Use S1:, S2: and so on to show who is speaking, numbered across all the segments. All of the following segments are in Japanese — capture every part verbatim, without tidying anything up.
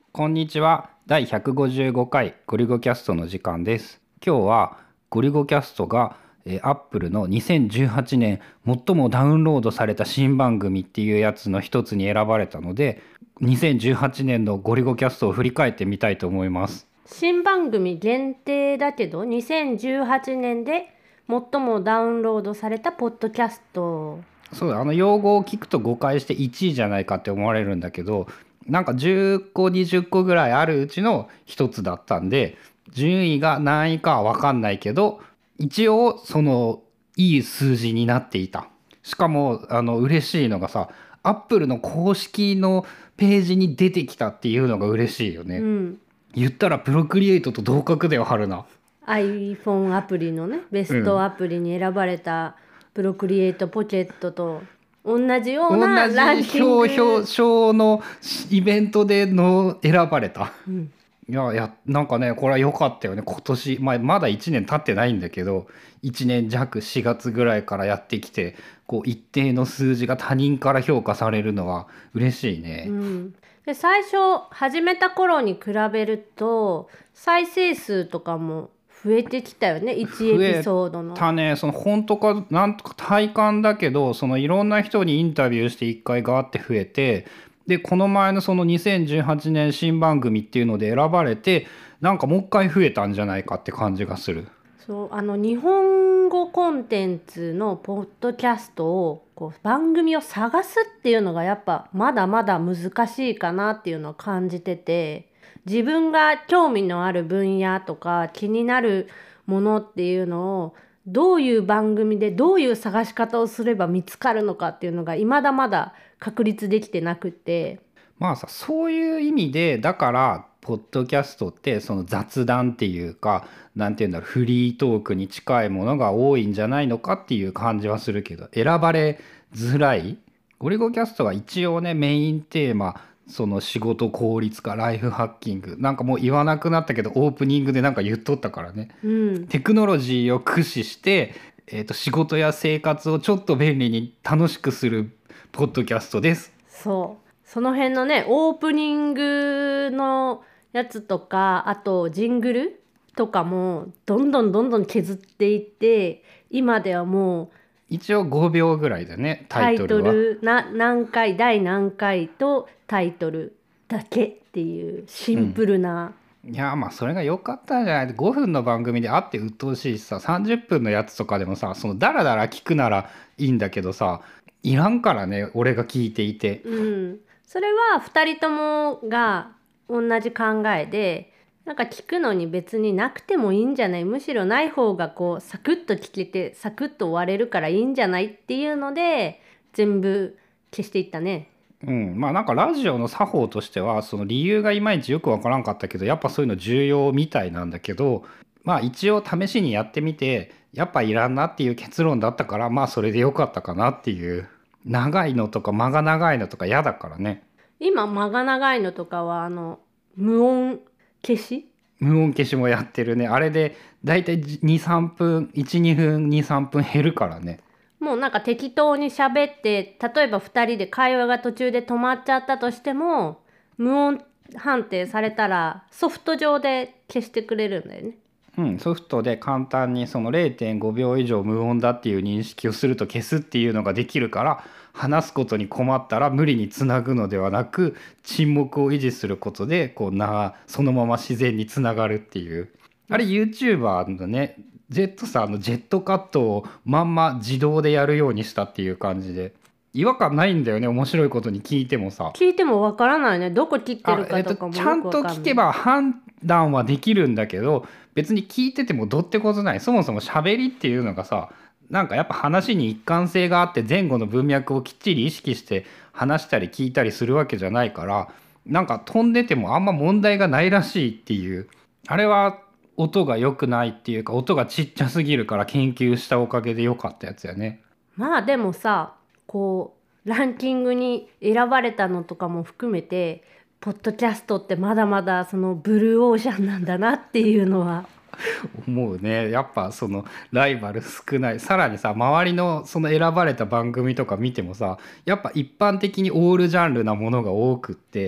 S1: こんにちは。だいひゃくごじゅうごかいゴリゴキャストの時間です。今日はゴリゴキャストが、えー、Apple のにせんじゅうはちねん最もダウンロードされた新番組っていうやつの一つに選ばれたので、にせんじゅうはちねんのゴリゴキャストを振り返ってみたいと思います。
S2: 新番組限定だけどにせんじゅうはちねんで最もダウンロードされたポッドキャスト。
S1: そうあの用語を聞くと誤解していちいじゃないかって思われるんだけど、なんかじゅっこにじゅっこぐらいあるうちの一つだったんで、順位が何位かは分かんないけど一応そのいい数字になっていた。しかもあの嬉しいのがさ、アップルの公式のページに出てきたっていうのが嬉しいよね。
S2: うん、
S1: 言ったらプロクリエイトと同格だよ、春菜。
S2: iPhone アプリのねベストアプリに選ばれたプロクリエイトポケットと同じよう
S1: 同
S2: なラン
S1: じ
S2: キング。
S1: 表彰賞のイベントでの選ばれた、
S2: うん、
S1: いやいやなんかねこれは良かったよね。今年、まあ、まだいちねん経ってないんだけどいちねん弱しがつぐらいからやってきて、こう一定の数字が他人から評価されるのは嬉しいね。
S2: うん、で最初始めた頃に比べると再生数とかも増えてきたよね。いちエピソードの。
S1: 増えたね。その本当かなんとか体感だけど、そのいろんな人にインタビューしていっかいガーって増えて、でこの前のそのにせんじゅうはちねん新番組っていうので選ばれて、なんかもう一回増えたんじゃないかって感じがする。
S2: そうあの日本語コンテンツのポッドキャストをこう番組を探すっていうのがやっぱまだまだ難しいかなっていうのを感じてて、自分が興味のある分野とか気になるものっていうのをどういう番組でどういう探し方をすれば見つかるのかっていうのが未だまだ確立できてなくて。
S1: まあさ、そういう意味でだからポッドキャストってその雑談っていうか、なんていうんだろう、フリートークに近いものが多いんじゃないのかっていう感じはするけど、選ばれづらい。ゴリゴキャストは一応ねメインテーマ、その仕事効率化、ライフハッキング、なんかもう言わなくなったけどオープニングでなんか言っとったからね。
S2: うん、
S1: テクノロジーを駆使して、えーと仕事や生活をちょっと便利に楽しくするポッドキャストです。
S2: そうその辺のねオープニングのやつとか、あとジングルとかもどんどんどんどん削っていって、今ではもう
S1: 一応ごびょうぐらいだね、タ
S2: タイト
S1: イトルは。
S2: ルな何回第何回とタイトルだけっていうシンプルな、
S1: いやまあそれが良かったんじゃない。ごふんの番組であって鬱陶しいしさ、さんじゅっぷんのやつとかでもさ、そのダラダラ聞くならいいんだけどさ、いらんからね、俺が聞いていて。
S2: うん、それはふたりともが同じ考えで、なんか聞くのに別になくてもいいんじゃない、むしろない方がこうサクッと聞けてサクッと終われるからいいんじゃないっていうので全部消していったね。
S1: うん、まあなんかラジオの作法としてはその理由がいまいちよくわからんかったけど、やっぱそういうの重要みたいなんだけど、まあ一応試しにやってみてやっぱいらんなっていう結論だったから、まあそれでよかったかなっていう。長いのとか間が長いのとか嫌だからね。
S2: 今間が長いのとかはあの無音消し。
S1: 無音消しもやってるね。あれでだいたいにさんぷんいちにふんにさんぷん減るからね。
S2: もうなんか適当に喋って、例えばふたりで会話が途中で止まっちゃったとしても無音判定されたらソフト上で消してくれるんだよね。
S1: うん、ソフトで簡単にそのれいてんごびょう以上無音だっていう認識をすると消すっていうのができるから、話すことに困ったら無理につなぐのではなく沈黙を維持することでこうなそのまま自然につながるっていう。あれ YouTuber のね、ジェットさんのジェットカットをまんま自動でやるようにしたっていう感じで違和感ないんだよね。面白いことに聞いてもさ、
S2: 聞いてもわからないね。どこ切ってる
S1: あ、えっと、
S2: かとかも
S1: ちゃん
S2: よくわかんない。
S1: と聞けば判断はできるんだけど、別に聞いててもどってことない。そもそも喋りっていうのがさ、なんかやっぱ話に一貫性があって前後の文脈をきっちり意識して話したり聞いたりするわけじゃないから、なんか飛んでてもあんま問題がないらしいっていう。あれは音が良くないっていうか、音がちっちゃすぎるから研究したおかげで良かったやつやね。
S2: まあでもさ、こうランキングに選ばれたのとかも含めてポッドキャストってまだまだそのブルーオーシャンなんだなっていうのは。
S1: 思うね。やっぱそのライバル少ない。さらにさ、周りのその選ばれた番組とか見てもさ、やっぱ一般的にオールジャンルなものが多くって、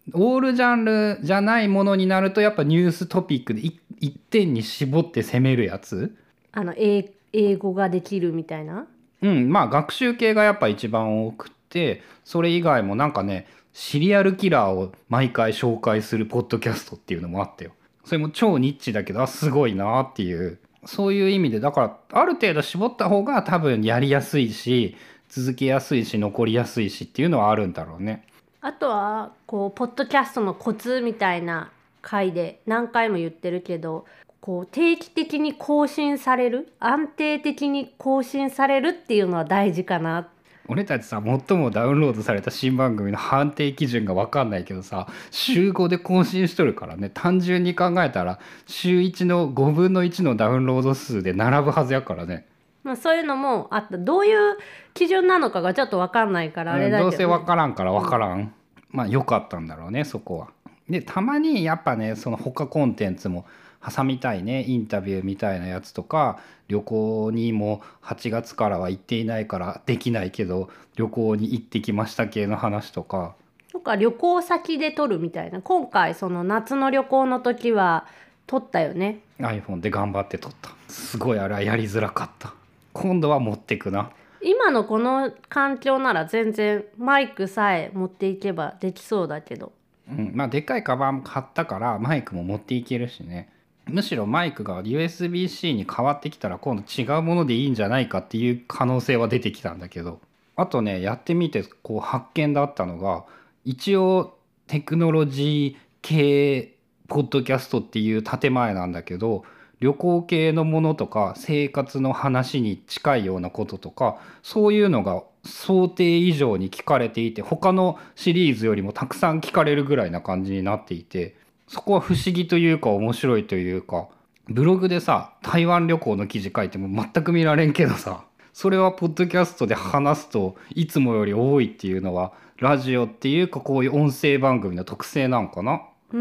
S1: オールジャンルじゃないものになるとやっぱニューストピックでい一点に絞って攻めるやつ。
S2: あの英英語ができるみたいな。
S1: うんまあ学習系がやっぱ一番多くて、それ以外もなんかねシリアルキラーを毎回紹介するポッドキャストっていうのもあったよ。それも超ニッチだけどあすごいなっていう、そういう意味でだからある程度絞った方が多分やりやすいし続けやすいし残りやすいしっていうのはあるんだろうね。
S2: あとはこうポッドキャストのコツみたいな回で何回も言ってるけど、こう定期的に更新される、安定的に更新されるっていうのは大事かな。
S1: 俺たちさ最もダウンロードされた新番組の判定基準が分かんないけどさ週ごで更新しとるからね、単純に考えたら週いちのごぶんのいちのダウンロード数で並ぶはずやからね。
S2: まあ、そういうのもあった。どういう基準なのかがちょっと分かんないからあれだけど、ね、
S1: どうせ分からんから分からん、うん、まあ良かったんだろうねそこは。でたまにやっぱねその他コンテンツも挟みたいね、インタビューみたいなやつとか、旅行にもはちがつからは行っていないからできないけど旅行に行ってきました系の話とか。
S2: とか旅行先で撮るみたいな。今回その夏の旅行の時は撮ったよね。
S1: iPhone で頑張って撮った。すごいあれはやりづらかった。今度は持ってくな。
S2: 今のこの環境なら全然マイクさえ持っていけばできそうだけど、
S1: うん、まあでっかいカバン買ったからマイクも持っていけるしね。むしろマイクが ユーエスビー-C に変わってきたら今度違うものでいいんじゃないかっていう可能性は出てきたんだけど、あとねやってみてこう発見だったのが、一応テクノロジー系ポッドキャストっていう建前なんだけど、旅行系のものとか生活の話に近いようなこととかそういうのが想定以上に聞かれていて、他のシリーズよりもたくさん聞かれるぐらいな感じになっていて、そこは不思議というか面白いというか、ブログでさ台湾旅行の記事書いても全く見られんけどさ、それはポッドキャストで話すといつもより多いっていうのはラジオっていうかこういう音声番組の特性なんかな。
S2: うん、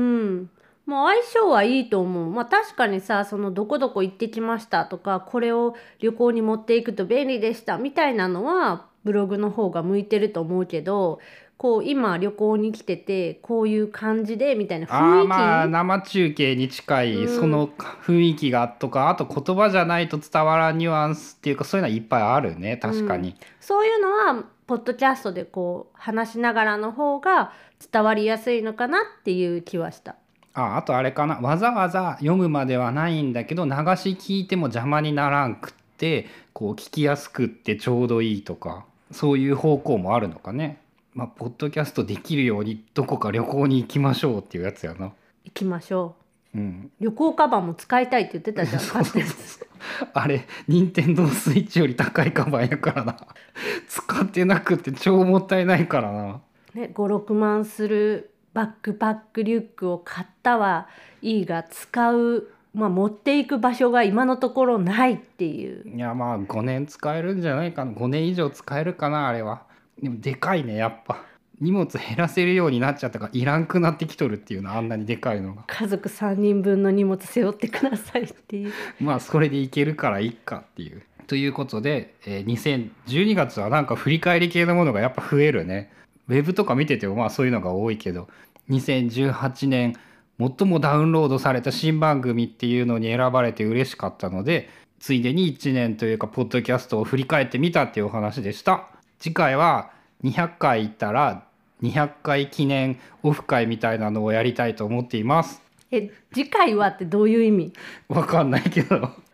S2: もう相性はいいと思う。まあ確かにさ、そのどこどこ行ってきましたとか、これを旅行に持っていくと便利でしたみたいなのはブログの方が向いてると思うけど、こう今旅行に来ててこういう感じでみたいな雰囲気、
S1: あまあ生中継に近い、うん、その雰囲気がとか、あと言葉じゃないと伝わらんニュアンスっていうかそういうのはいっぱいあるね、確かに、うん、
S2: そういうのはポッドキャストでこう話しながらの方が伝わりやすいのかなっていう気はした。
S1: あ, あとあれかな、わざわざ読むまではないんだけど流し聞いても邪魔にならんくってこう聞きやすくってちょうどいいとか、そういう方向もあるのかね。まあポッドキャストできるようにどこか旅行に行きましょうっていうやつやな。
S2: 行きましょ
S1: う、うん、
S2: 旅行カバンも使いたいって言ってたじゃん
S1: そうそうそうあれ任天堂スイッチより高いカバンやからな使ってなくて超もったいないからな、
S2: ね、ごろくまんするバックパックリュックを買ったはいいが使う、まあ、持っていく場所が今のところないっていう。
S1: いやまあごねん使えるんじゃないかな、ごねん以上使えるかなあれは。でもでかいねやっぱ。荷物減らせるようになっちゃったからいらんくなってきとるっていうの、あんなにでかいのが。
S2: 家族さんにんぶんの荷物背負ってくださいっていう
S1: まあそれでいけるからいいかっていう。ということで、えー、にせんじゅうにがつはなんか振り返り系のものがやっぱ増えるね。ウェブとか見ててもまあそういうのが多いけど、にせんじゅうはちねん最もダウンロードされた新番組っていうのに選ばれて嬉しかったので、ついでにいちねんというかポッドキャストを振り返ってみたっていうお話でした。次回はにひゃっかい行ったらにひゃっかい記念オフ会みたいなのをやりたいと思っています。
S2: え、次回はってどういう意味？
S1: わかんないけど